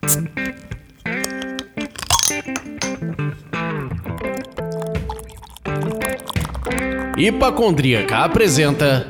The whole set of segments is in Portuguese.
Hipacondríaca apresenta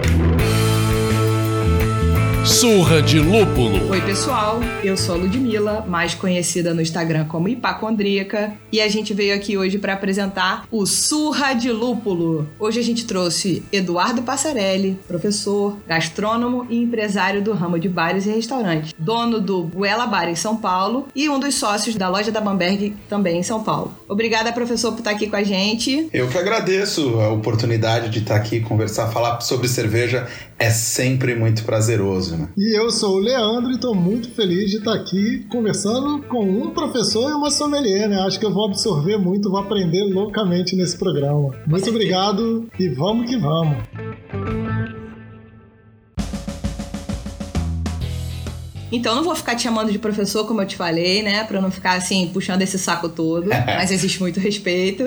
Surra de Lúpulo. Oi pessoal, eu sou a Ludmilla, mais conhecida no Instagram como Hipacondríaca, e a gente veio aqui hoje para apresentar o Surra de Lúpulo. Hoje a gente trouxe Eduardo Passarelli, professor, gastrônomo e empresário do ramo de bares e restaurantes, dono do Goela Bar em São Paulo e um dos sócios da loja da Bamberg também em São Paulo. Obrigada, professor, por estar aqui com a gente. Eu que agradeço a oportunidade de estar aqui, conversar, falar sobre cerveja é sempre muito prazeroso, né? E eu sou o Leandro e estou muito feliz de estar aqui conversando com um professor e uma sommelier, né? Acho que eu vou absorver muito, vou aprender loucamente nesse programa. Muito obrigado e vamos que vamos! Então, não vou ficar te chamando de professor, como eu te falei, né? Pra não ficar, assim, puxando esse saco todo. Mas existe muito respeito.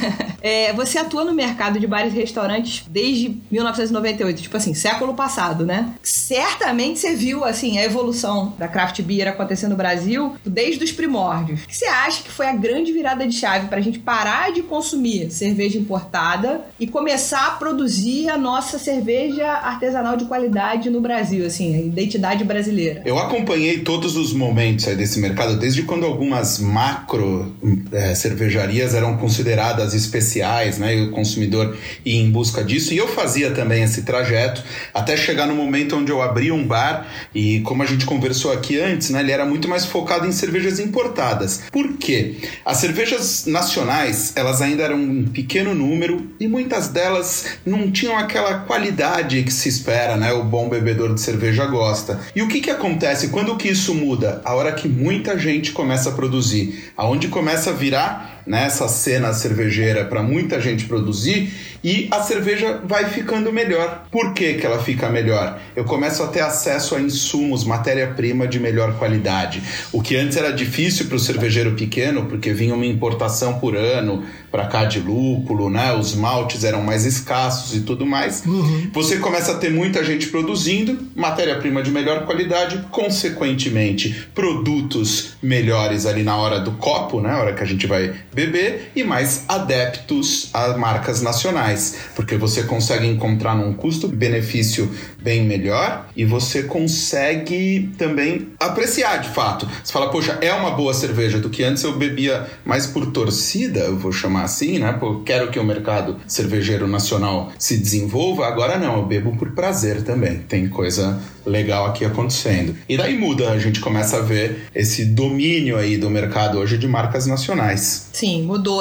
Você atua no mercado de bares e restaurantes desde 1998. Tipo assim, século passado, né? Certamente você viu, assim, a evolução da craft beer acontecendo no Brasil desde os primórdios. O que você acha que foi a grande virada de chave pra gente parar de consumir cerveja importada e começar a produzir a nossa cerveja artesanal de qualidade no Brasil, assim, a identidade brasileira? Eu acompanhei todos os momentos aí desse mercado, desde quando algumas macro cervejarias eram consideradas especiais, né, e o consumidor ia em busca disso, e eu fazia também esse trajeto, até chegar no momento onde eu abri um bar, e como a gente conversou aqui antes, né, ele era muito mais focado em cervejas importadas. Por quê? As cervejas nacionais, elas ainda eram um pequeno número, e muitas delas não tinham aquela qualidade que se espera, né, o bom bebedor de cerveja gosta. E o que acontece? Quando que isso muda? A hora que muita gente começa a produzir, aonde começa a virar, né, essa cena cervejeira para muita gente produzir, e a cerveja vai ficando melhor. Por que ela fica melhor? Eu começo a ter acesso a insumos, matéria-prima de melhor qualidade. O que antes era difícil para o cervejeiro pequeno, porque vinha uma importação por ano para cá de lúpulo, né? Os maltes eram mais escassos e tudo mais. Você começa a ter muita gente produzindo, matéria-prima de melhor qualidade, consequentemente, produtos melhores ali na hora do copo, né? Na hora que a gente vai beber, e mais adeptos a marcas nacionais, porque você consegue encontrar num custo-benefício bem melhor e você consegue também apreciar de fato. Você fala, poxa, é uma boa cerveja, do que antes eu bebia mais por torcida, eu vou chamar assim, né? Pô, quero que o mercado cervejeiro nacional se desenvolva, agora não, eu bebo por prazer também. Tem coisa legal aqui acontecendo. E daí muda, a gente começa a ver esse domínio aí do mercado hoje de marcas nacionais. Sim, mudou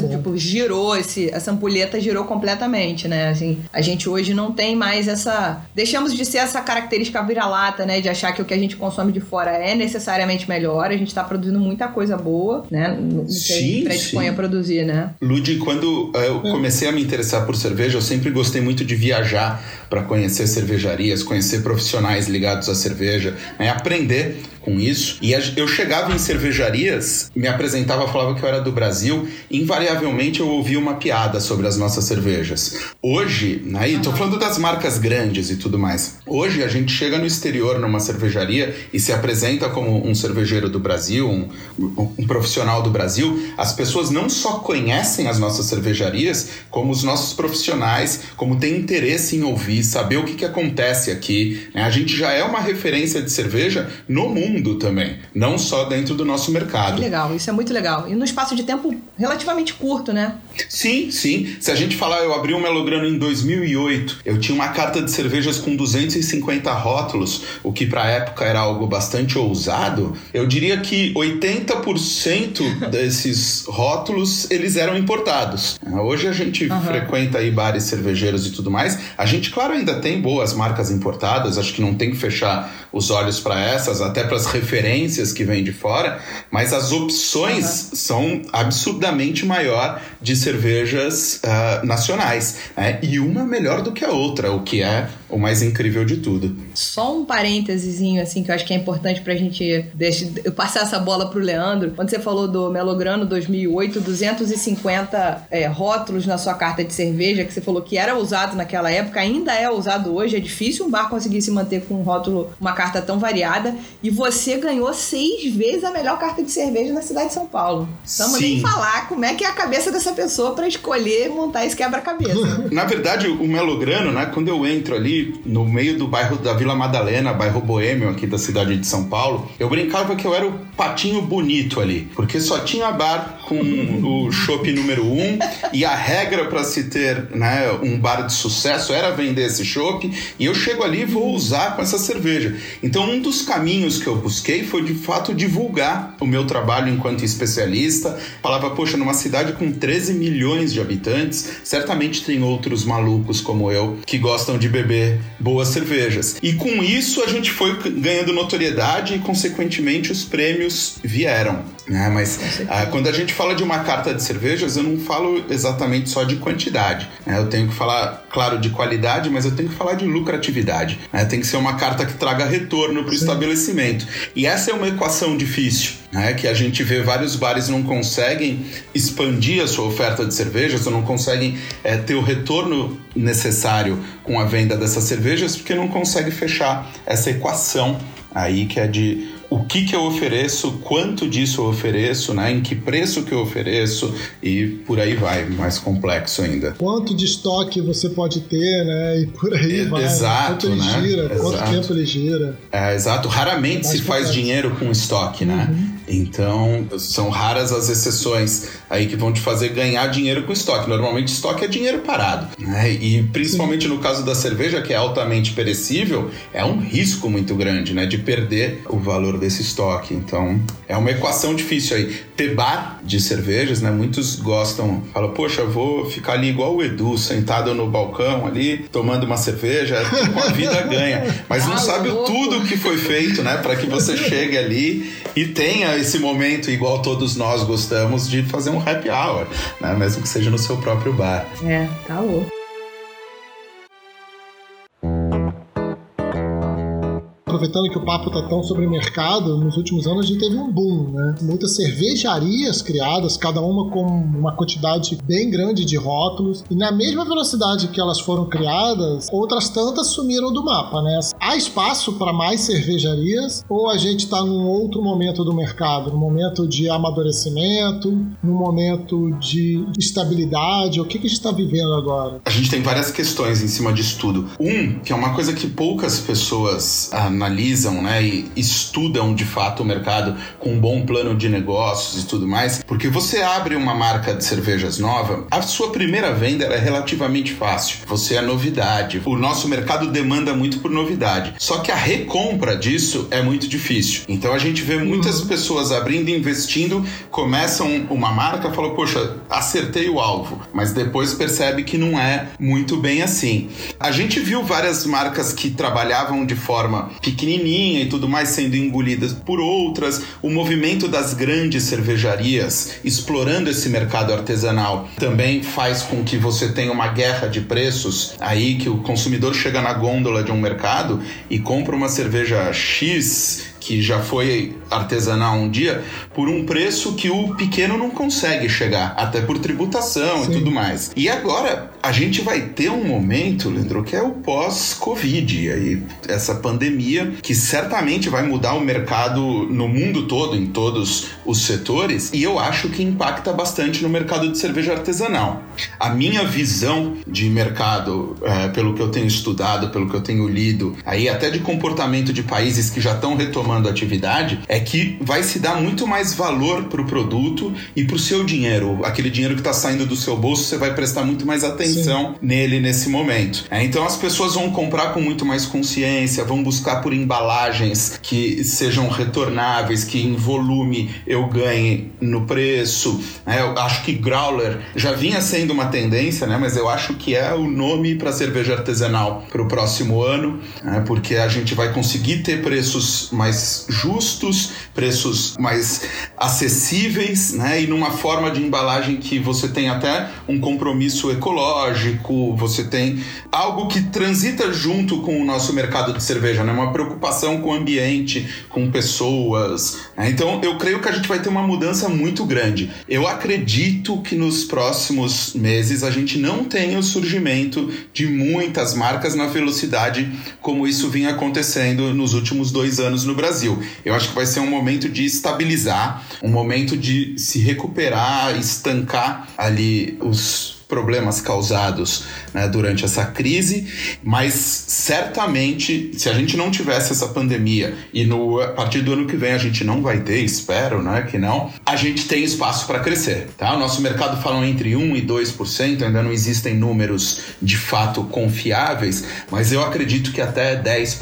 girou essa ampulheta girou completamente, né? Assim, a gente hoje não tem mais deixamos de ser essa característica vira-lata, né? De achar que o que a gente consome de fora é necessariamente melhor. A gente tá produzindo muita coisa boa, né? Que a gente predispõe a produzir, né? Ludi, quando eu comecei a me interessar por cerveja, eu sempre gostei muito de viajar para conhecer cervejarias, conhecer profissionais ligados à cerveja, né? Aprender com isso. E eu chegava em cervejarias, me apresentava, falava que eu era do Brasil, e invariavelmente eu ouvia uma piada sobre as nossas cervejas. Hoje, aí, tô falando das marcas grandes e tudo mais. Hoje a gente chega no exterior numa cervejaria e se apresenta como um cervejeiro do Brasil, um profissional do Brasil. As pessoas não só conhecem as nossas cervejarias, como os nossos profissionais, como tem interesse em ouvir, saber o que acontece aqui, né? A gente já é uma referência de cerveja no mundo também, não só dentro do nosso mercado. Legal, isso é muito legal. E no espaço de tempo relativamente curto, né? Sim. Se a gente falar, eu abri um Melograno em 2008, eu tinha uma carta de cervejas com 250 rótulos, o que pra época era algo bastante ousado. Eu diria que 80% desses rótulos, eles eram importados. Hoje a gente frequenta aí bares cervejeiros e tudo mais. A gente, claro, ainda tem boas marcas importadas, acho que não tem que fechar os olhos para essas, até para as referências que vêm de fora, mas as opções são absurdamente maior de cervejas nacionais, né? E uma melhor do que a outra, o que é o mais incrível de tudo. Só um parêntesezinho, assim, que eu acho que é importante pra gente eu passar essa bola pro Leandro. Quando você falou do Melograno 2008, 250 rótulos na sua carta de cerveja, que você falou que era usado naquela época, ainda é usado hoje. É difícil um bar conseguir se manter com um rótulo, uma carta tão variada. E você ganhou 6 vezes a melhor carta de cerveja na cidade de São Paulo. Vamos nem falar como é que é a cabeça dessa pessoa pra escolher montar esse quebra-cabeça. Na verdade, o Melograno, né, quando eu entro ali no meio do bairro da Vila Madalena, bairro boêmio aqui da cidade de São Paulo, eu brincava que eu era o patinho bonito ali, porque só tinha bar com o chopp número 1 e a regra para se ter, né, um bar de sucesso era vender esse chopp, e eu chego ali e vou usar com essa cerveja. Então um dos caminhos que eu busquei foi de fato divulgar o meu trabalho enquanto especialista. Falava, poxa, numa cidade com 13 milhões de habitantes, certamente tem outros malucos como eu que gostam de beber boas cervejas. E com isso a gente foi ganhando notoriedade e consequentemente os prêmios vieram, né? Mas quando a gente fala de uma carta de cervejas, eu não falo exatamente só de quantidade, né? Eu tenho que falar, claro, de qualidade, mas eu tenho que falar de lucratividade, né? Tem que ser uma carta que traga retorno para o estabelecimento. E essa é uma equação difícil, né? Que a gente vê vários bares não conseguem expandir a sua oferta de cervejas ou não conseguem ter o retorno necessário com a venda dessas cervejas porque não consegue fechar essa equação aí que é de o que eu ofereço, quanto disso eu ofereço, né? Em que preço que eu ofereço e por aí vai, mais complexo ainda. Quanto de estoque você pode ter, né? E por aí vai. Exato, quanto ele gira, quanto tempo ele gira. Exato. Raramente se faz dinheiro com estoque, né? Então, são raras as exceções aí que vão te fazer ganhar dinheiro com estoque. Normalmente, estoque é dinheiro parado, né? E principalmente no caso da cerveja, que é altamente perecível, é um risco muito grande, né? De perder o valor desse estoque. Então, é uma equação difícil aí. Ter bar de cervejas, né? Muitos gostam, falam, poxa, eu vou ficar ali igual o Edu, sentado no balcão ali, tomando uma cerveja, com a vida ganha. Mas não sabe tudo que foi feito, né? Para que você chegue ali e tenha esse momento, igual todos nós gostamos, de fazer um happy hour, né? Mesmo que seja no seu próprio bar. Tá louco. Aproveitando que o papo tá tão sobre mercado, nos últimos anos a gente teve um boom, né? Muitas cervejarias criadas, cada uma com uma quantidade bem grande de rótulos, e na mesma velocidade que elas foram criadas, outras tantas sumiram do mapa, né? Há espaço para mais cervejarias ou a gente tá num outro momento do mercado, num momento de amadurecimento, num momento de estabilidade? O que a gente está vivendo agora? A gente tem várias questões em cima disso tudo. Que é uma coisa que poucas pessoas analisam, né, e estudam de fato o mercado com um bom plano de negócios e tudo mais, porque você abre uma marca de cervejas nova, a sua primeira venda é relativamente fácil, você é novidade, o nosso mercado demanda muito por novidade, só que a recompra disso é muito difícil, então a gente vê muitas pessoas abrindo, investindo, começam uma marca, falam, poxa, acertei o alvo, mas depois percebe que não é muito bem assim. A gente viu várias marcas que trabalhavam de forma pequenininha e tudo mais sendo engolidas por outras, o movimento das grandes cervejarias explorando esse mercado artesanal também faz com que você tenha uma guerra de preços aí, que o consumidor chega na gôndola de um mercado e compra uma cerveja X que já foi artesanal um dia, por um preço que o pequeno não consegue chegar, até por tributação e tudo mais. E agora, a gente vai ter um momento, Leandro, que é o pós-Covid, aí, essa pandemia, que certamente vai mudar o mercado no mundo todo, em todos os setores, e eu acho que impacta bastante no mercado de cerveja artesanal. A minha visão de mercado, pelo que eu tenho estudado, pelo que eu tenho lido, aí até de comportamento de países que já estão retomando a atividade, é que vai se dar muito mais valor para o produto e para o seu dinheiro. Aquele dinheiro que está saindo do seu bolso, você vai prestar muito mais atenção nele nesse momento. Então as pessoas vão comprar com muito mais consciência, vão buscar por embalagens que sejam retornáveis, que em volume eu ganhe no preço. Eu acho que Growler já vinha sendo uma tendência, né? Mas eu acho que é o nome para cerveja artesanal para o próximo ano, porque a gente vai conseguir ter preços mais justos, preços mais acessíveis, né? E numa forma de embalagem que você tem até um compromisso ecológico, ecológico, você tem algo que transita junto com o nosso mercado de cerveja, né? Uma preocupação com o ambiente, com pessoas. Então, eu creio que a gente vai ter uma mudança muito grande. Eu acredito que nos próximos meses a gente não tenha o surgimento de muitas marcas na velocidade como isso vinha acontecendo nos últimos 2 anos no Brasil. Eu acho que vai ser um momento de estabilizar, um momento de se recuperar, estancar ali os problemas causados, né, durante essa crise, mas certamente, se a gente não tivesse essa pandemia e a partir do ano que vem a gente não vai ter, espero, né, que não, a gente tem espaço para crescer, tá? O nosso mercado fala entre 1% e 2%, ainda não existem números de fato confiáveis, mas eu acredito que até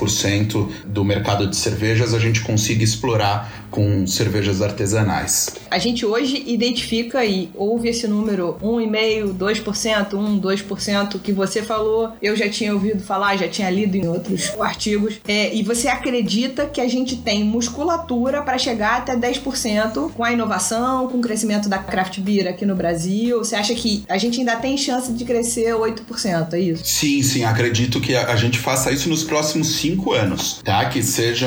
10% do mercado de cervejas a gente consiga explorar com cervejas artesanais. A gente hoje identifica e ouve esse número 1,5%, 2%, 2% que você falou, eu já tinha ouvido falar, já tinha lido em outros artigos, e você acredita que a gente tem musculatura para chegar até 10% com a inovação, com o crescimento da craft beer aqui no Brasil? Você acha que a gente ainda tem chance de crescer 8%, é isso? Sim, acredito que a gente faça isso nos próximos 5 anos, tá? Que seja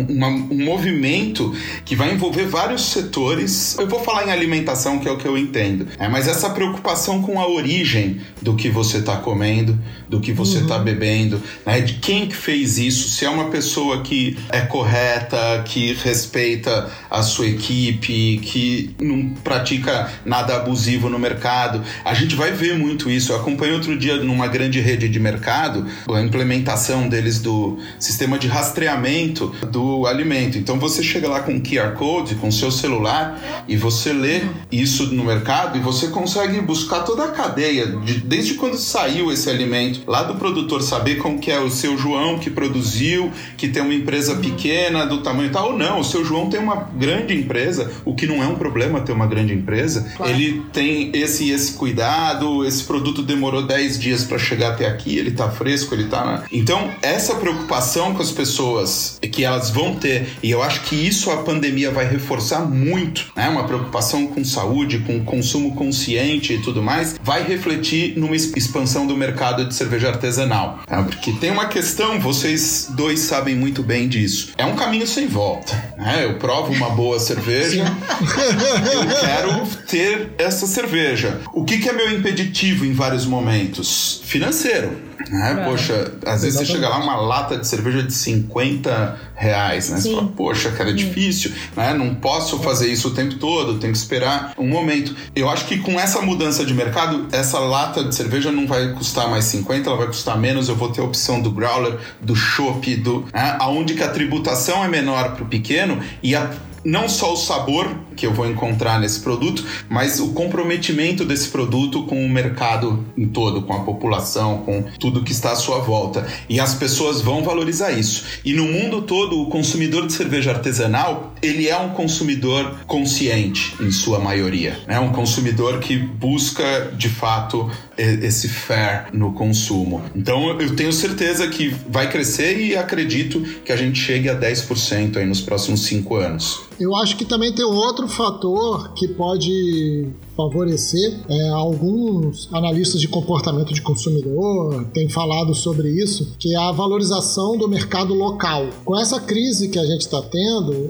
um movimento que vai envolver vários setores. Eu vou falar em alimentação, que é o que eu entendo. Mas essa preocupação com a origem do que você está comendo, do que você está bebendo, né? De quem que fez isso, se é uma pessoa que é correta, que respeita a sua equipe, que não pratica nada abusivo no mercado. A gente vai ver muito isso. Eu acompanhei outro dia numa grande rede de mercado a implementação deles do sistema de rastreamento do alimento. Então você chega lá com QR Code, com seu celular, e você lê isso no mercado e você consegue buscar toda a cadeia, desde quando saiu esse alimento, lá do produtor, saber como que é o seu João que produziu, que tem uma empresa pequena do tamanho tal, ou não, o seu João tem uma grande empresa, o que não é um problema ter uma grande empresa, claro. Ele tem esse cuidado, esse produto demorou 10 dias para chegar até aqui, ele tá fresco, ele tá... Então, essa preocupação com as pessoas que elas vão ter, e eu acho que isso a pandemia vai reforçar muito, né? Uma preocupação com saúde, com consumo consciente e tudo mais, vai refletir numa expansão do mercado de cerveja artesanal. Tá? Porque tem uma questão, vocês dois sabem muito bem disso. É um caminho sem volta. Né? Eu provo uma boa cerveja, eu quero ter essa cerveja. O que é meu impeditivo em vários momentos? Financeiro. Poxa, às vezes você chega lá uma lata de cerveja de R$50, né? Você fala, poxa, cara, é difícil, né? Não posso fazer isso o tempo todo, tenho que esperar um momento. Eu acho que com essa mudança de mercado, essa lata de cerveja não vai custar mais 50, ela vai custar menos, eu vou ter a opção do growler, do chopp, aonde que a tributação é menor para o pequeno e não só o sabor que eu vou encontrar nesse produto, mas o comprometimento desse produto com o mercado em todo, com a população, com tudo que está à sua volta. E as pessoas vão valorizar isso. E no mundo todo, o consumidor de cerveja artesanal, ele é um consumidor consciente, em sua maioria. É um consumidor que busca, de fato, esse fair no consumo. Então, eu tenho certeza que vai crescer e acredito que a gente chegue a 10% aí nos próximos 5 anos. Eu acho que também tem um outro fator que pode favorecer. Alguns analistas de comportamento de consumidor têm falado sobre isso, que é a valorização do mercado local. Com essa crise que a gente está tendo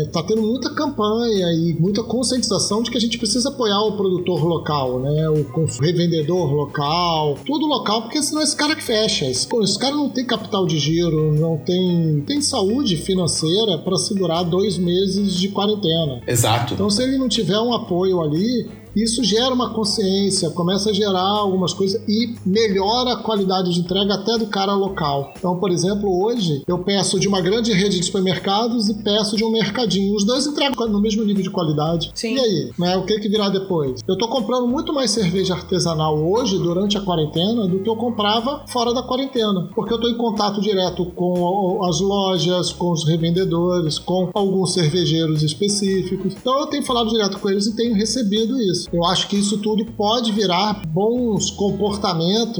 muita campanha e muita conscientização de que a gente precisa apoiar o produtor local, né? O revendedor local, tudo local, porque senão esse cara que fecha. Esse cara não tem capital de giro, não tem saúde financeira para segurar 2 meses de quarentena. Exato. Então, se ele não tiver um apoio ali, isso gera uma consciência, começa a gerar algumas coisas e melhora a qualidade de entrega até do cara local. Então, por exemplo, hoje eu peço de uma grande rede de supermercados e peço de um mercadinho. Os dois entregam no mesmo nível de qualidade. Sim. E aí, né, o que virá depois? Eu tô comprando muito mais cerveja artesanal hoje, durante a quarentena, do que eu comprava fora da quarentena. Porque eu tô em contato direto com as lojas, com os revendedores, com alguns cervejeiros específicos. Então eu tenho falado direto com eles e tenho recebido isso. Eu acho que isso tudo pode virar bons comportamentos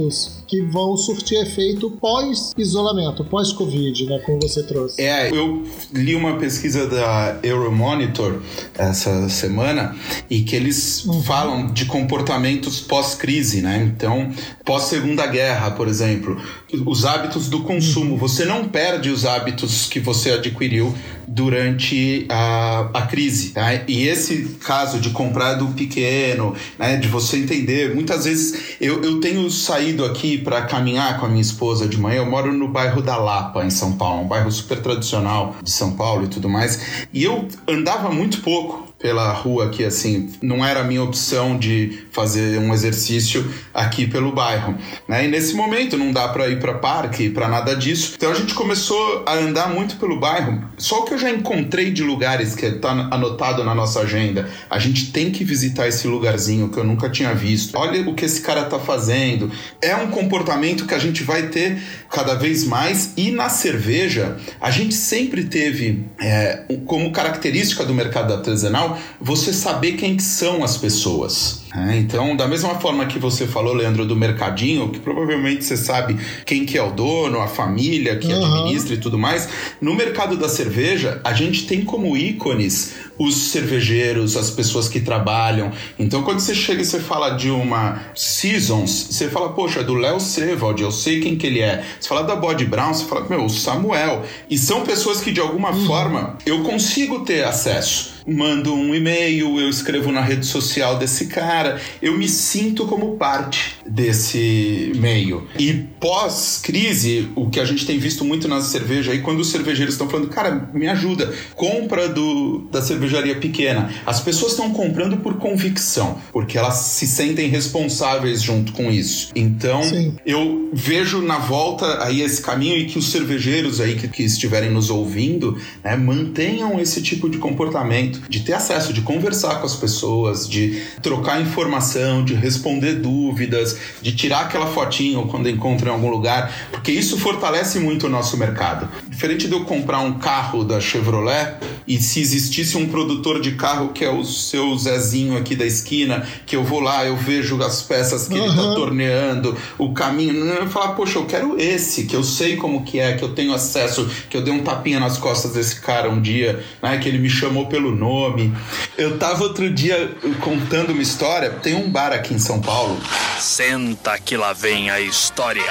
que vão surtir efeito pós-isolamento, pós-Covid, né, como você trouxe. Eu li uma pesquisa da Euromonitor essa semana e que eles falam de comportamentos pós-crise, né? Então, pós-Segunda Guerra, por exemplo, os hábitos do consumo. Você não perde os hábitos que você adquiriu durante a crise, tá? E esse caso de comprar do pequeno, né, de você entender, muitas vezes eu tenho saído aqui para caminhar com a minha esposa de manhã. Eu moro no bairro da Lapa, em São Paulo, um bairro super tradicional de São Paulo e tudo mais, e eu andava muito pouco pela rua aqui, assim, não era a minha opção de fazer um exercício aqui pelo bairro, né? E nesse momento não dá para ir para parque, para nada disso. Então a gente começou a andar muito pelo bairro. Só o que eu já encontrei de lugares que tá anotado na nossa agenda, a gente tem que visitar esse lugarzinho que eu nunca tinha visto. Olha o que esse cara tá fazendo. É um comportamento que a gente vai ter cada vez mais. E na cerveja, a gente sempre teve como característica do mercado artesanal você saber quem que são as pessoas. Então, da mesma forma que você falou, Leandro, do mercadinho, que provavelmente você sabe quem que é o dono, a família que administra e tudo mais, no mercado da cerveja, a gente tem como ícones os cervejeiros, as pessoas que trabalham. Então, quando você chega e você fala de uma Seasons, você fala, poxa, do Léo Sevald, eu sei quem que ele é. Você fala da Bode Brown, você fala, o Samuel. E são pessoas que, de alguma forma, eu consigo ter acesso. Mando um e-mail, eu escrevo na rede social desse cara, eu me sinto como parte desse meio. E pós-crise, o que a gente tem visto muito na cerveja, aí quando os cervejeiros estão falando, cara, me ajuda, compra da cervejaria pequena. As pessoas estão comprando por convicção, porque elas se sentem responsáveis junto com isso. Então, eu vejo na volta aí esse caminho e que os cervejeiros aí que estiverem nos ouvindo, né, mantenham esse tipo de comportamento, de ter acesso, de conversar com as pessoas, de trocar informação, de responder dúvidas, de tirar aquela fotinho quando encontra em algum lugar, porque isso fortalece muito o nosso mercado. Diferente de eu comprar um carro da Chevrolet e se existisse um produtor de carro que é o seu Zezinho aqui da esquina, que eu vou lá, eu vejo as peças que ele tá torneando, o caminho, eu falo, poxa, eu quero esse, que eu sei como que é, que eu tenho acesso, que eu dei um tapinha nas costas desse cara um dia, né, que ele me chamou pelo nome. Eu tava outro dia contando uma história, tem um bar aqui em São Paulo. Senta que lá vem a história.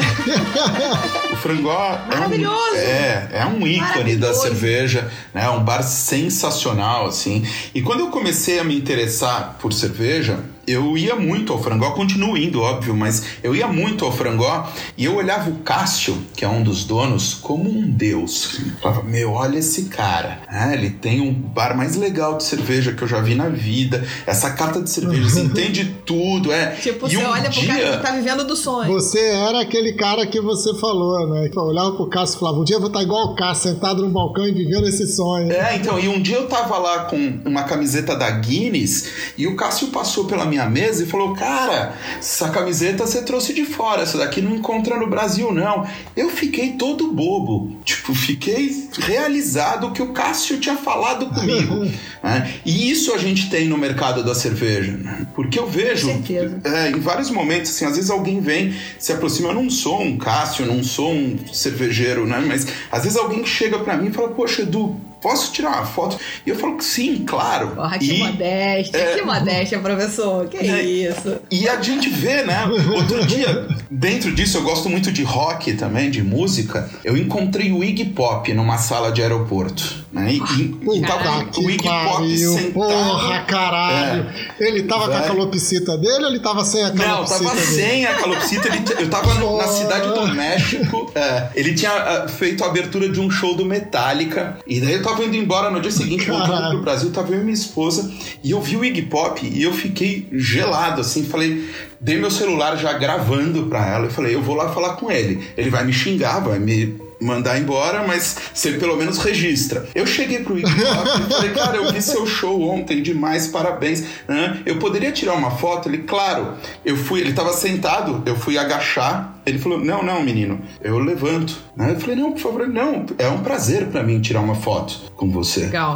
O Frangó maravilhoso. É um ícone da cerveja, né? É um bar sensacional, assim. E quando eu comecei a me interessar por cerveja, eu ia muito ao Frangó, continuo indo, óbvio, mas eu ia muito ao Frangó e eu olhava o Cássio, que é um dos donos, como um deus. Eu falava, olha esse cara, ele tem um bar mais legal de cerveja que eu já vi na vida, essa carta de cerveja, você entende tudo, Tipo, e você olha pro cara que tá vivendo do sonho. Você era aquele cara que você falou, né? Eu olhava pro Cássio e falava, um dia eu vou estar igual o Cássio, sentado no balcão e vivendo esse sonho. Então, e um dia eu tava lá com uma camiseta da Guinness e o Cássio passou pela minha mesa e falou, cara, essa camiseta você trouxe de fora, essa daqui não encontra no Brasil, não. Eu fiquei todo bobo, fiquei realizado que o Cássio tinha falado comigo. Né? E isso a gente tem no mercado da cerveja, né? Porque eu vejo em vários momentos, assim, às vezes alguém vem, se aproxima, eu não sou um Cássio, eu não sou um cervejeiro, né? Mas às vezes alguém chega pra mim e fala, poxa, Edu, posso tirar uma foto? E eu falo que sim, claro. Porra, que modéstia, que modéstia, professor, que isso. E a gente vê, né? Outro dia, dentro disso, eu gosto muito de rock também, de música. Eu encontrei o Iggy Pop numa sala de aeroporto, né? E tava o Iggy Pop sentado. Porra, caralho. Ele tava com a calopsita dele ou ele tava sem a calopsita dele? Não, tava sem a calopsita. Eu tava na cidade do México. Ele tinha feito a abertura de um show do Metallica. E daí eu tava indo embora no dia seguinte, voltando pro Brasil, tava eu e minha esposa, e eu vi o Iggy Pop e eu fiquei gelado, assim, falei, dei meu celular já gravando pra ela, e falei, eu vou lá falar com ele vai me xingar, vai me mandar embora, mas você pelo menos registra. Eu cheguei pro Iggy Pop e falei, cara, eu vi seu show ontem, demais, parabéns. Eu poderia tirar uma foto? Ele, claro. Ele tava sentado, eu fui agachar, ele falou, não, menino, eu levanto. Eu falei, não, por favor, não, é um prazer pra mim tirar uma foto com você. Legal.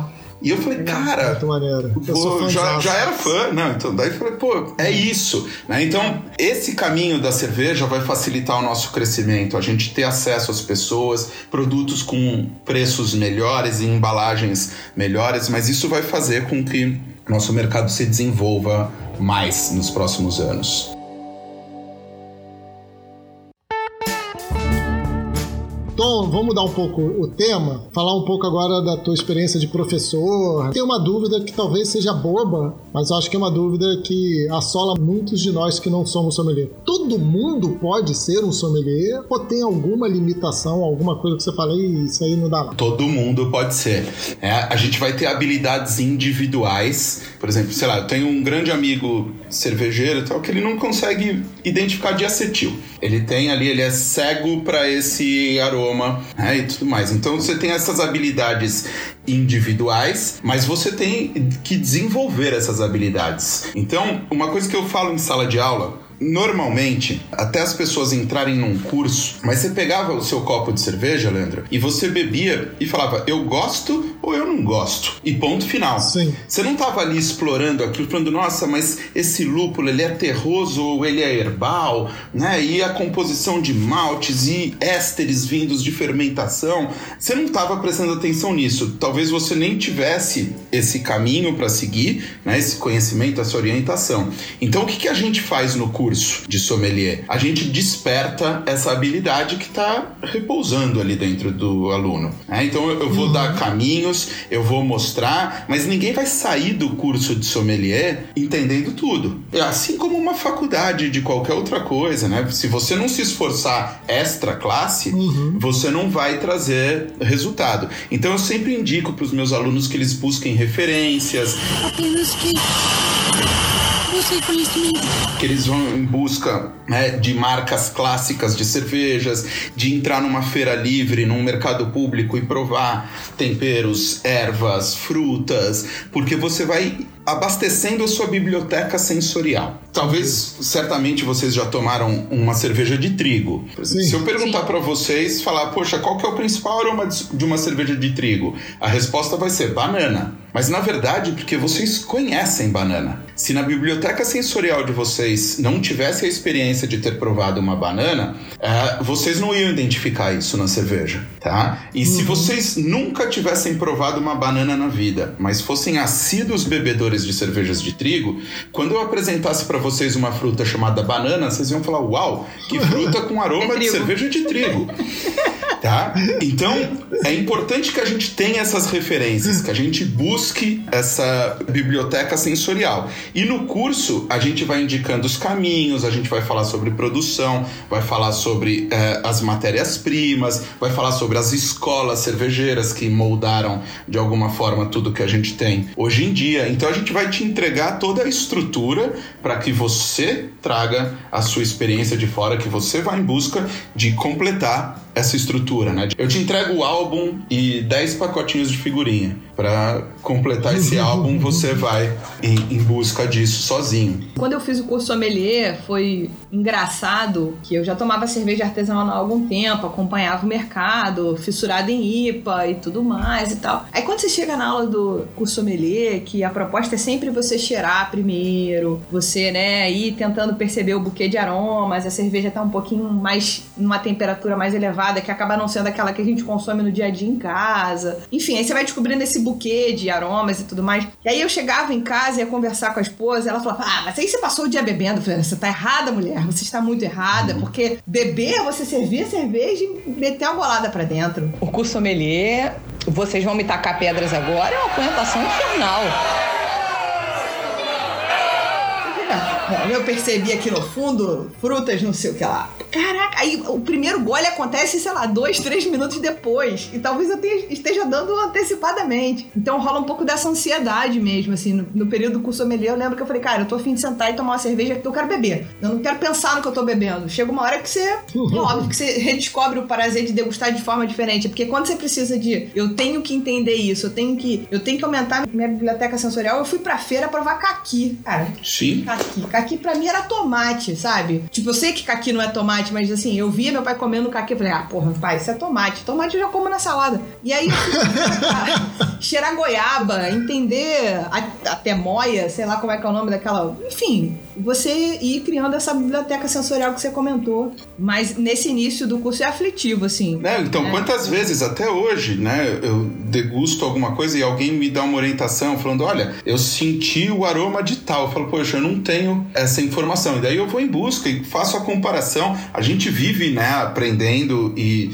E eu falei, cara, muito maneiro. Já era fã, não, então daí eu falei, pô, é isso, né? Então, esse caminho da cerveja vai facilitar o nosso crescimento, a gente ter acesso às pessoas, produtos com preços melhores e embalagens melhores, mas isso vai fazer com que nosso mercado se desenvolva mais nos próximos anos. Tom, vamos mudar um pouco o tema, falar um pouco agora da tua experiência de professor. Tem uma dúvida que talvez seja boba, mas eu acho que é uma dúvida que assola muitos de nós que não somos sommelier. Todo mundo pode ser um sommelier ou tem alguma limitação, alguma coisa que você fala, isso aí não dá não? Todo mundo pode ser. A gente vai ter habilidades individuais. Por exemplo, sei lá, eu tenho um grande amigo cervejeiro e tal, que ele não consegue identificar diacetil. Ele tem ali, ele é cego para esse aroma, né, e tudo mais. Então você tem essas habilidades individuais, mas você tem que desenvolver essas habilidades. Então, uma coisa que eu falo em sala de aula, normalmente, até as pessoas entrarem num curso, mas você pegava o seu copo de cerveja, Leandro, e você bebia e falava, eu gosto ou eu não gosto. E ponto final. Sim. Você não estava ali explorando aquilo, falando, nossa, mas esse lúpulo, ele é terroso ou ele é herbal, né? E a composição de maltes e ésteres vindos de fermentação. Você não estava prestando atenção nisso. Talvez você nem tivesse esse caminho para seguir, né? Esse conhecimento, essa orientação. Então, o que a gente faz no curso de sommelier? A gente desperta essa habilidade que está repousando ali dentro do aluno, né? Então eu vou dar caminhos, eu vou mostrar, mas ninguém vai sair do curso de sommelier entendendo tudo. É assim como uma faculdade de qualquer outra coisa, né? Se você não se esforçar extra classe, você não vai trazer resultado. Então eu sempre indico para os meus alunos que eles busquem referências, que eles vão em busca, né, de marcas clássicas de cervejas, de entrar numa feira livre, num mercado público e provar temperos, ervas, frutas, porque você vai abastecendo a sua biblioteca sensorial. Talvez, certamente, vocês já tomaram uma cerveja de trigo. Sim. Se eu perguntar para vocês, falar, poxa, qual que é o principal aroma de uma cerveja de trigo? A resposta vai ser banana. Mas, na verdade, porque vocês conhecem banana. Se na biblioteca sensorial de vocês não tivesse a experiência de ter provado uma banana, vocês não iam identificar isso na cerveja, tá? E se vocês nunca tivessem provado uma banana na vida, mas fossem assíduos bebedores de cervejas de trigo, quando eu apresentasse para vocês uma fruta chamada banana, vocês iam falar, uau, que fruta com aroma de cerveja de trigo. Tá? Então, é importante que a gente tenha essas referências, que a gente busque essa biblioteca sensorial. E no curso, a gente vai indicando os caminhos, a gente vai falar sobre produção, vai falar sobre as matérias-primas, vai falar sobre as escolas cervejeiras que moldaram, de alguma forma, tudo que a gente tem hoje em dia. Então, a gente vai te entregar toda a estrutura para que você traga a sua experiência de fora, que você vai em busca de completar essa estrutura, né? Eu te entrego o álbum e 10 pacotinhos de figurinha. Para completar esse álbum, você vai em busca disso sozinho. Quando eu fiz o curso sommelier, foi engraçado que eu já tomava cerveja artesanal há algum tempo, acompanhava o mercado, fissurado em IPA e tudo mais e tal. Aí quando você chega na aula do curso sommelier, que a proposta é sempre você cheirar primeiro, você, né, ir tentando perceber o buquê de aromas, a cerveja tá um pouquinho mais, numa temperatura mais elevada, que acaba não sendo aquela que a gente consome no dia a dia em casa. Enfim, aí você vai descobrindo esse buquê de aromas e tudo mais. E aí eu chegava em casa e ia conversar com a esposa e ela falava, mas aí você passou o dia bebendo. Eu falei, você tá errada, mulher, você está muito errada, porque beber é você servir a cerveja e meter a bolada pra dentro. O curso sommelier, vocês vão me tacar pedras agora, é uma plantação infernal. Eu percebi aqui no fundo frutas não sei o que lá. Caraca, aí o primeiro gole acontece, sei lá, 2, 3 minutos depois. E talvez eu esteja dando antecipadamente. Então rola um pouco dessa ansiedade mesmo, assim. No período do curso sommelier, eu lembro que eu falei, cara, eu tô a fim de sentar e tomar uma cerveja que eu quero beber. Eu não quero pensar no que eu tô bebendo. Chega uma hora que você, óbvio, que você redescobre o prazer de degustar de forma diferente. Porque quando você precisa de, eu tenho que entender isso, eu tenho que aumentar minha biblioteca sensorial, eu fui pra feira provar caqui. Cara, sim. Caqui pra mim era tomate, sabe? Tipo, eu sei que caqui não é tomate, mas assim, eu via meu pai comendo caqui, eu falei, porra, pai, isso é tomate. Tomate eu já como na salada. E aí eu cheirar goiaba, entender até moia, sei lá como é que é o nome daquela... Enfim, você ir criando essa biblioteca sensorial que você comentou. Mas nesse início do curso é aflitivo, assim. Então, quantas vezes, até hoje, né, eu degusto alguma coisa e alguém me dá uma orientação falando, olha, eu senti o aroma de tal. Eu falo, poxa, eu não tenho essa informação. E daí eu vou em busca e faço a comparação. A gente vive, né, aprendendo e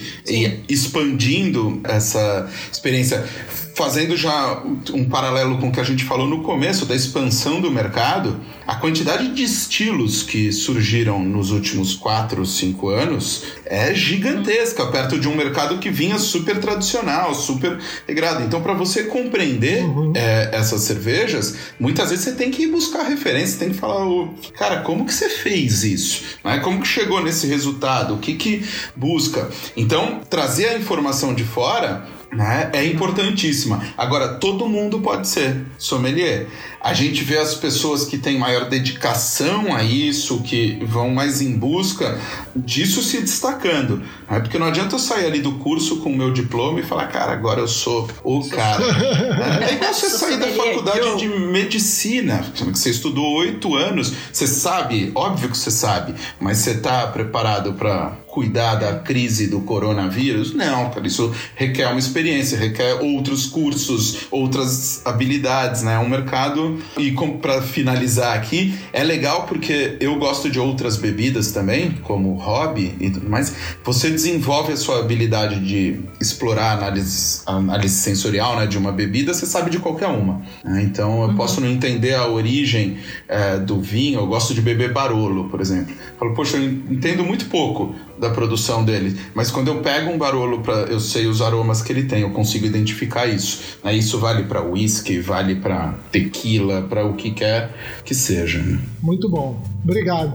expandindo essa experiência. Fazendo já um paralelo com o que a gente falou no começo da expansão do mercado, a quantidade de estilos que surgiram nos últimos 4 ou 5 anos é gigantesca, perto de um mercado que vinha super tradicional, super regrado. Então, para você compreender essas cervejas, muitas vezes você tem que ir buscar referência, tem que falar, cara, como que você fez isso? Né? Como que chegou nesse resultado? O que busca? Então, trazer a informação de fora, né, é importantíssima. Agora, todo mundo pode ser sommelier. A gente vê as pessoas que têm maior dedicação a isso, que vão mais em busca disso se destacando. Né? Porque não adianta eu sair ali do curso com o meu diploma e falar, cara, agora eu sou o cara. É igual você sair da faculdade de medicina, que você estudou 8 anos, você sabe, óbvio que você sabe, mas você está preparado para cuidar da crise do coronavírus? Não, cara, isso requer uma experiência, requer outros cursos, outras habilidades, né? Um mercado. E para finalizar aqui, é legal porque eu gosto de outras bebidas também, como hobby e tudo mais. Você desenvolve a sua habilidade de explorar a análise sensorial, né, de uma bebida, você sabe de qualquer uma. Né? Então, eu posso não entender a origem do vinho, eu gosto de beber Barolo, por exemplo. Eu falo, poxa, eu entendo muito pouco da produção dele, mas quando eu pego um Barolo, eu sei os aromas que ele tem, eu consigo identificar isso. Né? Isso vale para whisky, vale para tequila, para o que quer que seja. Né? Muito bom. Obrigado.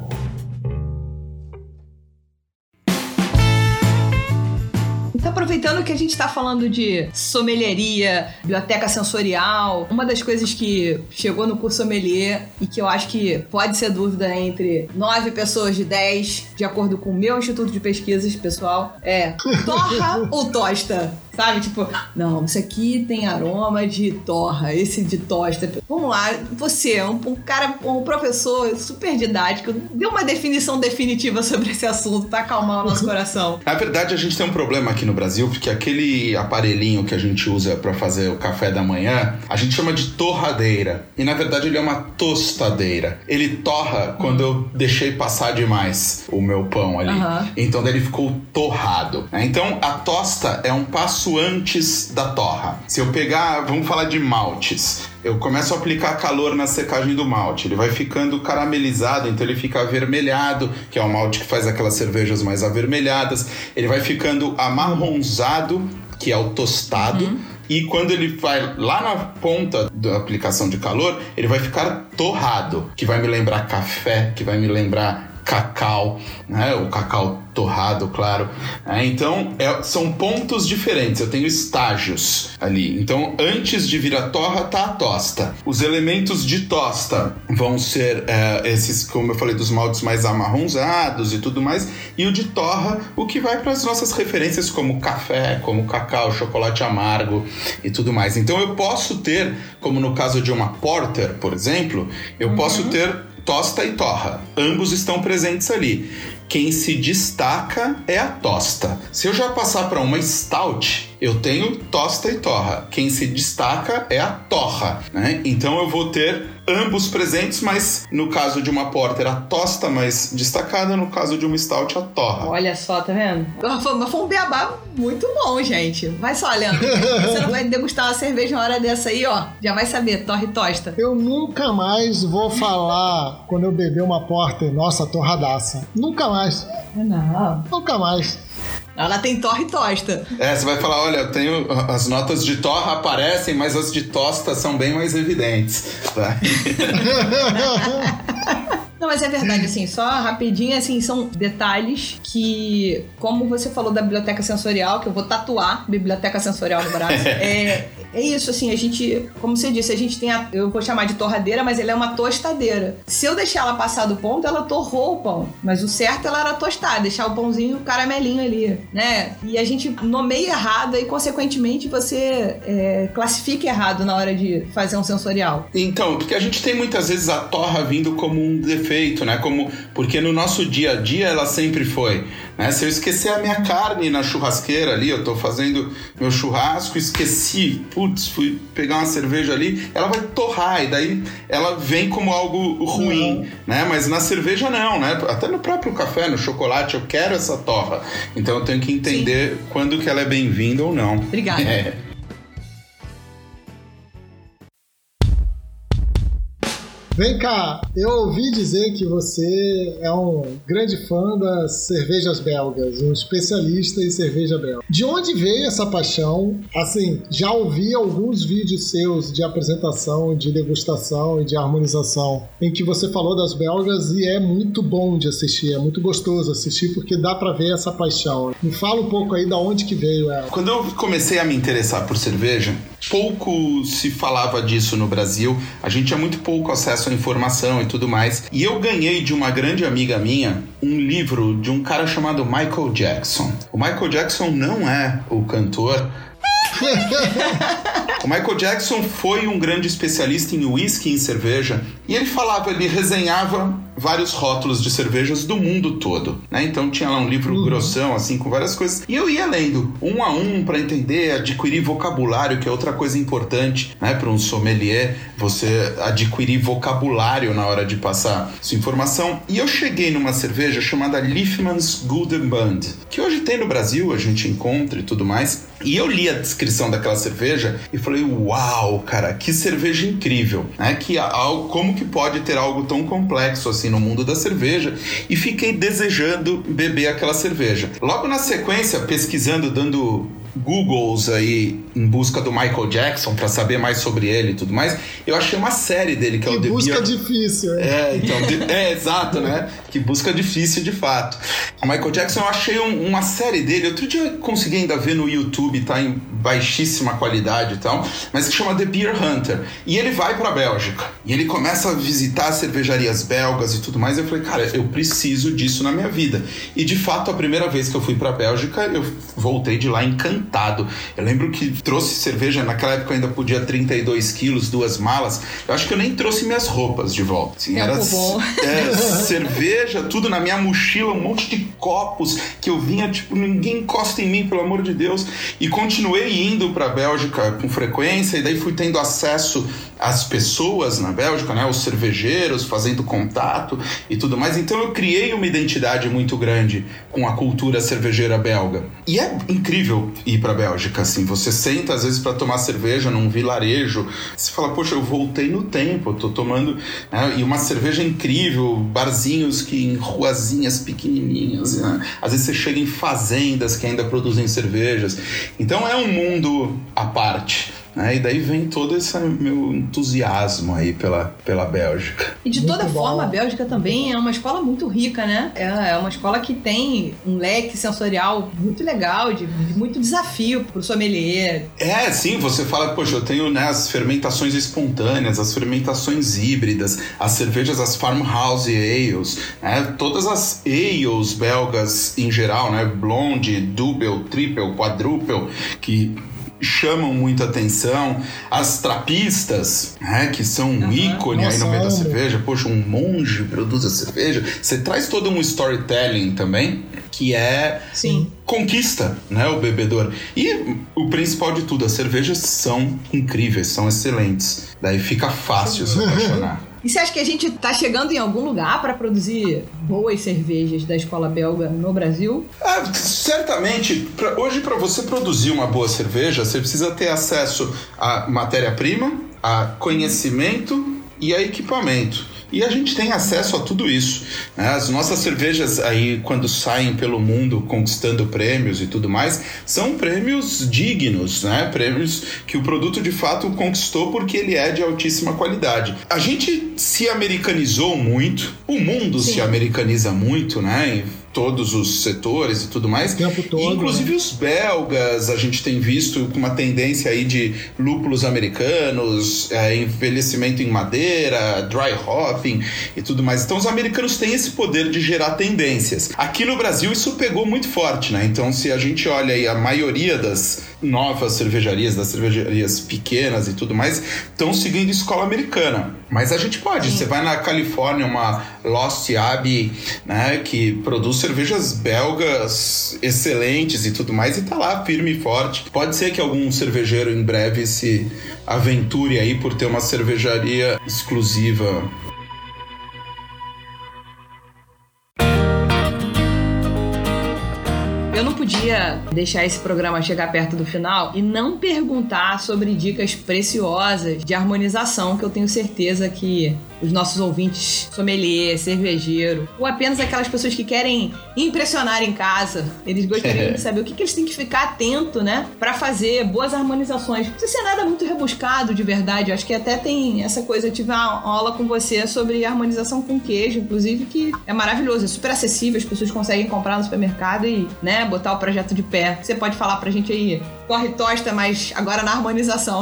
Então, aproveitando que a gente está falando de sommelieria, biblioteca sensorial, uma das coisas que chegou no curso sommelier e que eu acho que pode ser dúvida entre 9 pessoas de 10, de acordo com o meu instituto de pesquisas, pessoal, é torra ou tosta? Sabe? Tipo, não, isso aqui tem aroma de torra, esse de tosta. Vamos lá, você, um professor super didático, dê uma definição definitiva sobre esse assunto pra acalmar o nosso coração. Na verdade, a gente tem um problema aqui no Brasil, porque aquele aparelhinho que a gente usa pra fazer o café da manhã, a gente chama de torradeira. E, na verdade, ele é uma tostadeira. Ele torra quando eu deixei passar demais o meu pão ali. Então, daí ele ficou torrado. Então, a tosta é um passo antes da torra. Se eu pegar, vamos falar de maltes, eu começo a aplicar calor na secagem do malte, ele vai ficando caramelizado, então ele fica avermelhado, que é o malte que faz aquelas cervejas mais avermelhadas, ele vai ficando amarronzado, que é o tostado, e quando ele vai lá na ponta da aplicação de calor, ele vai ficar torrado, que vai me lembrar café, que vai me lembrar cacau, né? O cacau torrado, claro. Então, são pontos diferentes. Eu tenho estágios ali. Então, antes de vir a torra, tá a tosta. Os elementos de tosta vão ser esses, como eu falei, dos maltes mais amarronzados e tudo mais. E o de torra, o que vai para as nossas referências como café, como cacau, chocolate amargo e tudo mais. Então, eu posso ter, como no caso de uma porter, por exemplo, eu posso ter tosta e torra. Ambos estão presentes ali. Quem se destaca é a tosta. Se eu já passar para uma stout, eu tenho tosta e torra. Quem se destaca é a torra, né? Então eu vou ter ambos presentes, mas no caso de uma porter, a tosta mais destacada, no caso de uma stout, a torra. Olha só, tá vendo? Foi um beabá muito bom, gente. Vai só, Leandro. Você não vai degustar uma cerveja uma hora dessa aí, ó. Já vai saber, torra e tosta. Eu nunca mais vou falar, quando eu beber uma porter, nossa, torradaça. Nunca mais. Não. Nunca mais. Ela tem torra e tosta. Você vai falar, olha, eu tenho as notas de torra aparecem, mas as de tosta são bem mais evidentes. Tá? Não, mas é verdade, assim, só rapidinho, assim, são detalhes que, como você falou da biblioteca sensorial, que eu vou tatuar biblioteca sensorial no braço, é isso, assim, a gente, como você disse, a gente tem eu vou chamar de torradeira, mas ela é uma tostadeira. Se eu deixar ela passar do ponto, ela torrou o pão, mas o certo ela era tostar, deixar o pãozinho caramelinho ali, né? E a gente nomeia errado e, consequentemente, você classifica errado na hora de fazer um sensorial. Então, porque a gente tem muitas vezes a torra vindo como um defeito, né? Porque no nosso dia a dia ela sempre foi, né? Se eu esquecer a minha carne na churrasqueira ali, eu tô fazendo meu churrasco, esqueci, fui pegar uma cerveja ali, ela vai torrar e daí ela vem como algo ruim, né? Mas na cerveja não, né? Até no próprio café, no chocolate, eu quero essa torra. Então eu tenho que entender quando que ela é bem-vinda ou não. Obrigada. Vem cá, eu ouvi dizer que você é um grande fã das cervejas belgas, um especialista em cerveja belga. De onde veio essa paixão? Assim, já ouvi alguns vídeos seus de apresentação, de degustação e de harmonização, em que você falou das belgas e é muito bom de assistir, é muito gostoso assistir porque dá pra ver essa paixão. Me fala um pouco aí de onde que veio ela. Quando eu comecei a me interessar por cerveja, pouco se falava disso no Brasil, a gente tinha muito pouco acesso à informação e tudo mais. E eu ganhei de uma grande amiga minha um livro de um cara chamado Michael Jackson. O Michael Jackson não é o cantor. O Michael Jackson foi um grande especialista em whisky e em cerveja, e ele resenhava vários rótulos de cervejas do mundo todo, né? Então tinha lá um livro grossão, assim, com várias coisas, e eu ia lendo um a um para entender, adquirir vocabulário, que é outra coisa importante, né? Para um sommelier, você adquirir vocabulário na hora de passar sua informação. E eu cheguei numa cerveja chamada Liefmans Golden Band, que hoje tem no Brasil, a gente encontra e tudo mais. E eu li a descrição daquela cerveja e falei, uau, cara, que cerveja incrível, né? Como que pode ter algo tão complexo assim no mundo da cerveja? E fiquei desejando beber aquela cerveja. Logo na sequência, pesquisando, dando Googles aí em busca do Michael Jackson para saber mais sobre ele e tudo mais, eu achei uma série dele que é o The busca Beer... difícil, exato, né? Que busca difícil de fato. O Michael Jackson, eu achei uma série dele, outro dia eu consegui ainda ver no YouTube, tá em baixíssima qualidade e tal, mas que chama The Beer Hunter, e ele vai pra Bélgica, e ele começa a visitar cervejarias belgas e tudo mais, e eu falei, cara, eu preciso disso na minha vida. E de fato, a primeira vez que eu fui pra Bélgica, eu voltei de lá encantado. Eu lembro que trouxe cerveja, naquela época eu ainda podia 32 quilos, 2 malas, eu acho que eu nem trouxe minhas roupas de volta. Assim, era cerveja, tudo na minha mochila, um monte de copos que eu vinha, tipo, ninguém encosta em mim, pelo amor de Deus. E continuei indo pra Bélgica com frequência, e daí fui tendo acesso às pessoas na Bélgica, né, os cervejeiros, fazendo contato e tudo mais. Então eu criei uma identidade muito grande com a cultura cervejeira belga. E é incrível ir pra Bélgica, assim, você senta às vezes pra tomar cerveja num vilarejo, você fala, poxa, eu voltei no tempo, eu tô tomando, né, e uma cerveja incrível, barzinhos que em ruazinhas pequenininhas, né? Às vezes você chega em fazendas que ainda produzem cervejas. Então é um mundo à parte, né? E daí vem todo esse meu entusiasmo aí pela Bélgica. E de toda forma, a Bélgica também é uma escola muito rica, né? É uma escola que tem um leque sensorial muito legal, de muito desafio pro sommelier. Sim, você fala, poxa, eu tenho, né, as fermentações espontâneas, as fermentações híbridas, as cervejas, as farmhouse ales, né? Todas as ales belgas em geral, né? Blonde, double, triple, quadruple, que chamam muita atenção, as trapistas, né, que são um ícone aí no meio da cerveja. Poxa, um monge produz a cerveja. Você traz todo um storytelling também, que é conquista, né, o bebedor. E o principal de tudo, as cervejas são incríveis, são excelentes. Daí fica fácil se apaixonar. E você acha que a gente tá chegando em algum lugar para produzir boas cervejas da escola belga no Brasil? Certamente. Hoje, para você produzir uma boa cerveja, você precisa ter acesso à matéria-prima, a conhecimento e a equipamento. E a gente tem acesso a tudo isso, né? As nossas cervejas aí, quando saem pelo mundo conquistando prêmios e tudo mais, são prêmios dignos, né? Prêmios que o produto de fato conquistou porque ele é de altíssima qualidade. A gente se americanizou muito, o mundo se americaniza muito, né? todos os setores e tudo mais. O tempo todo. Inclusive os belgas, a gente tem visto uma tendência aí de lúpulos americanos, envelhecimento em madeira, dry hopping e tudo mais. Então os americanos têm esse poder de gerar tendências. Aqui no Brasil isso pegou muito forte, né? Então se a gente olha aí a maioria das novas cervejarias, das cervejarias pequenas e tudo mais, estão seguindo escola americana. Mas a gente pode, você vai na Califórnia, uma Lost Abbey, né, que produz cervejas belgas excelentes e tudo mais, e tá lá firme e forte. Pode ser que algum cervejeiro em breve se aventure aí por ter uma cervejaria exclusiva. Eu não podia deixar esse programa chegar perto do final e não perguntar sobre dicas preciosas de harmonização, que eu tenho certeza que os nossos ouvintes, sommelier, cervejeiro, ou apenas aquelas pessoas que querem impressionar em casa, eles gostariam de saber o que eles têm que ficar atento, né, para fazer boas harmonizações. Não precisa ser nada muito rebuscado, de verdade. Eu acho que até tem essa coisa. Eu tive uma aula com você sobre harmonização com queijo, inclusive, que é maravilhoso, é super acessível, as pessoas conseguem comprar no supermercado e, né, botar o projeto de pé. Você pode falar pra gente aí, corre tosta, mas agora na harmonização.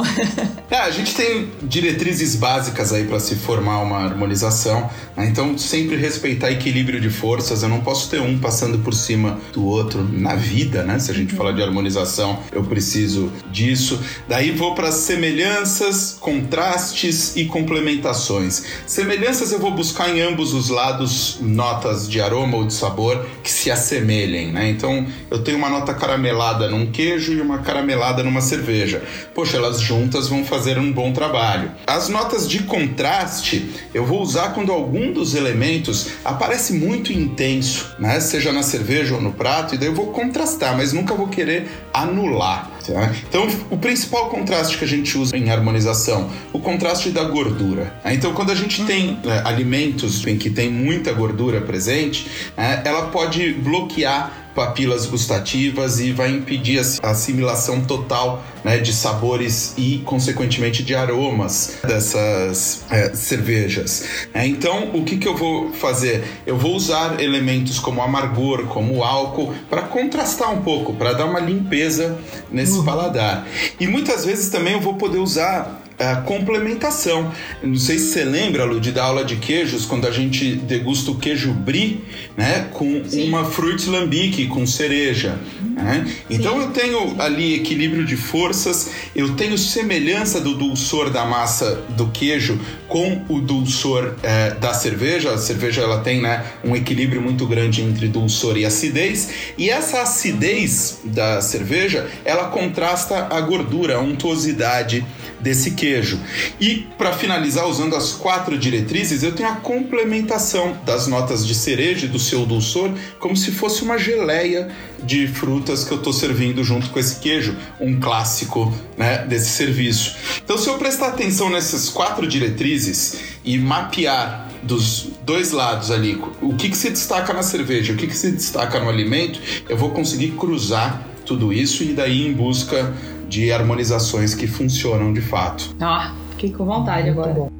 A gente tem diretrizes básicas aí para se formar uma harmonização, né? Então sempre respeitar equilíbrio de forças. Eu não posso ter um passando por cima do outro na vida, né? Se a gente falar de harmonização, eu preciso disso. Daí vou para semelhanças, contrastes e complementações. Semelhanças eu vou buscar em ambos os lados notas de aroma ou de sabor que se assemelhem, né? Então eu tenho uma nota caramelada num queijo e uma caramelada numa cerveja. Poxa, elas juntas vão fazer um bom trabalho. As notas de contraste eu vou usar quando algum dos elementos aparece muito intenso, né? Seja na cerveja ou no prato, e daí eu vou contrastar, mas nunca vou querer anular. Tá? Então, o principal contraste que a gente usa em harmonização, o contraste da gordura. Então, quando a gente tem alimentos em que tem muita gordura presente, ela pode bloquear papilas gustativas e vai impedir a assimilação total, né, de sabores e, consequentemente, de aromas dessas cervejas. Então, o que eu vou fazer? Eu vou usar elementos como amargor, como álcool, para contrastar um pouco, para dar uma limpeza nesse paladar. E muitas vezes também eu vou poder usar a complementação. Não sei se você lembra, Lu, da aula de queijos, quando a gente degusta o queijo brie, né, com uma fruit lambic, com cereja. Né? Então eu tenho ali equilíbrio de forças, eu tenho semelhança do dulçor da massa do queijo com o dulçor da cerveja. A cerveja ela tem, né, um equilíbrio muito grande entre dulçor e acidez, e essa acidez da cerveja ela contrasta a gordura, a untuosidade desse queijo. E para finalizar, usando as 4 diretrizes, eu tenho a complementação das notas de cereja e do seu dulçor, como se fosse uma geleia de frutas que eu estou servindo junto com esse queijo, um clássico, né, desse serviço. Então, se eu prestar atenção nessas 4 diretrizes e mapear dos dois lados ali o que se destaca na cerveja, o que se destaca no alimento, eu vou conseguir cruzar tudo isso e daí em busca de harmonizações que funcionam de fato. Fiquei com vontade agora. Bom.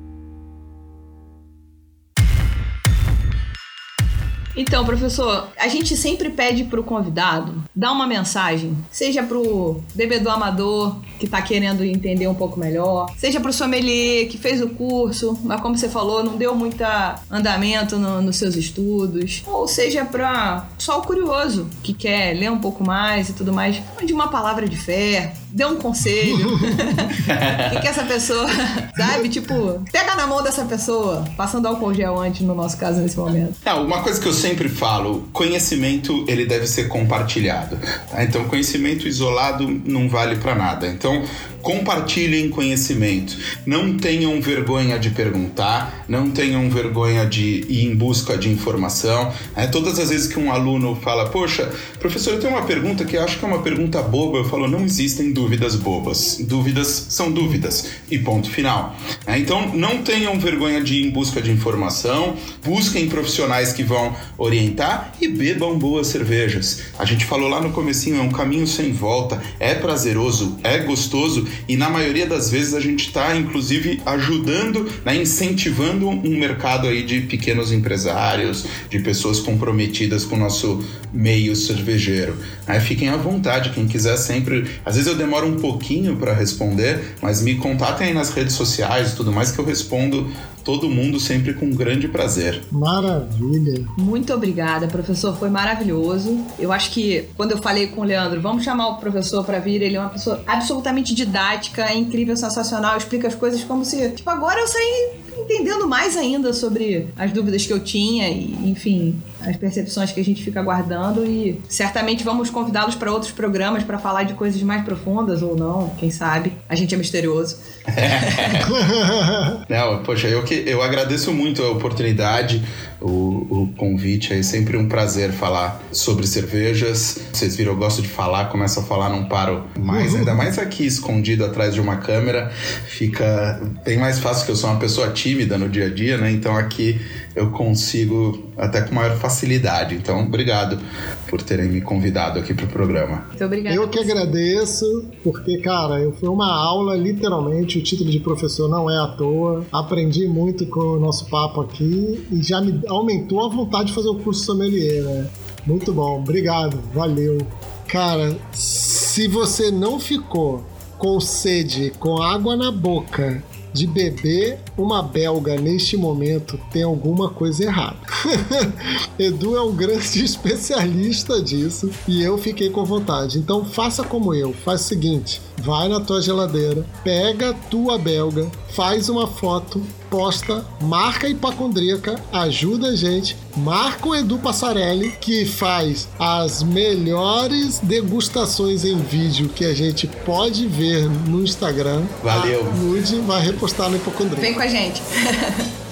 Então, professor, a gente sempre pede pro convidado dar uma mensagem, seja pro bebedor amador que tá querendo entender um pouco melhor, seja pro sommelier que fez o curso, mas como você falou, não deu muito andamento nos seus estudos, ou seja pra só o curioso que quer ler um pouco mais e tudo mais, de uma palavra de fé, dê um conselho. O que essa pessoa, sabe? Tipo, pega na mão dessa pessoa, passando álcool gel antes, no nosso caso, nesse momento. Uma coisa que eu sempre falo, conhecimento, ele deve ser compartilhado. Tá? Então, conhecimento isolado não vale para nada. Então, compartilhem conhecimento. Não tenham vergonha de perguntar, não tenham vergonha de ir em busca de informação. Todas as vezes que um aluno fala, poxa, professor, eu tenho uma pergunta que eu acho que é uma pergunta boba, eu falo, não existem dúvidas bobas. Dúvidas são dúvidas. E ponto final. Então, não tenham vergonha de ir em busca de informação, busquem profissionais que vão orientar e bebam boas cervejas. A gente falou lá no comecinho, é um caminho sem volta, é prazeroso, é gostoso e na maioria das vezes a gente está, inclusive, ajudando, né, incentivando um mercado aí de pequenos empresários, de pessoas comprometidas com o nosso meio cervejeiro. Aí fiquem à vontade, quem quiser sempre... Às vezes eu demoro um pouquinho para responder, mas me contatem aí nas redes sociais e tudo mais que eu respondo todo mundo sempre com grande prazer. Maravilha. Muito obrigada, professor. Foi maravilhoso. Eu acho que quando eu falei com o Leandro, vamos chamar o professor para vir, ele é uma pessoa absolutamente didática, é incrível, sensacional, explica as coisas como se... Tipo, agora eu saí entendendo mais ainda sobre as dúvidas que eu tinha e, enfim, as percepções que a gente fica guardando, e certamente vamos convidá-los para outros programas para falar de coisas mais profundas ou não, quem sabe. A gente é misterioso. Não, poxa, eu agradeço muito a oportunidade, o convite, é sempre um prazer falar sobre cervejas. Vocês viram, eu gosto de falar, começo a falar, não paro mais, ainda mais aqui escondido atrás de uma câmera, fica bem mais fácil, que eu sou uma pessoa tímida no dia a dia, né? Então aqui eu consigo até com maior facilidade. Então, obrigado por terem me convidado aqui pro programa. Muito obrigada. Eu que agradeço, porque, cara, foi uma aula, literalmente, o título de professor não é à toa. Aprendi muito com o nosso papo aqui e já me aumentou a vontade de fazer o curso sommelier, né? Muito bom, obrigado, valeu. Cara, se você não ficou com sede, com água na boca de beber uma belga neste momento, tem alguma coisa errada. Edu é um grande especialista disso e eu fiquei com vontade. Então faça como eu, faz o seguinte, vai na tua geladeira, pega a tua belga, faz uma foto, posta, marca a Hipacondríaca, ajuda a gente, marca o Edu Passarelli, que faz as melhores degustações em vídeo que a gente pode ver no Instagram. Valeu. A Nude vai repostar no Hipacondríaca. Vem com a gente.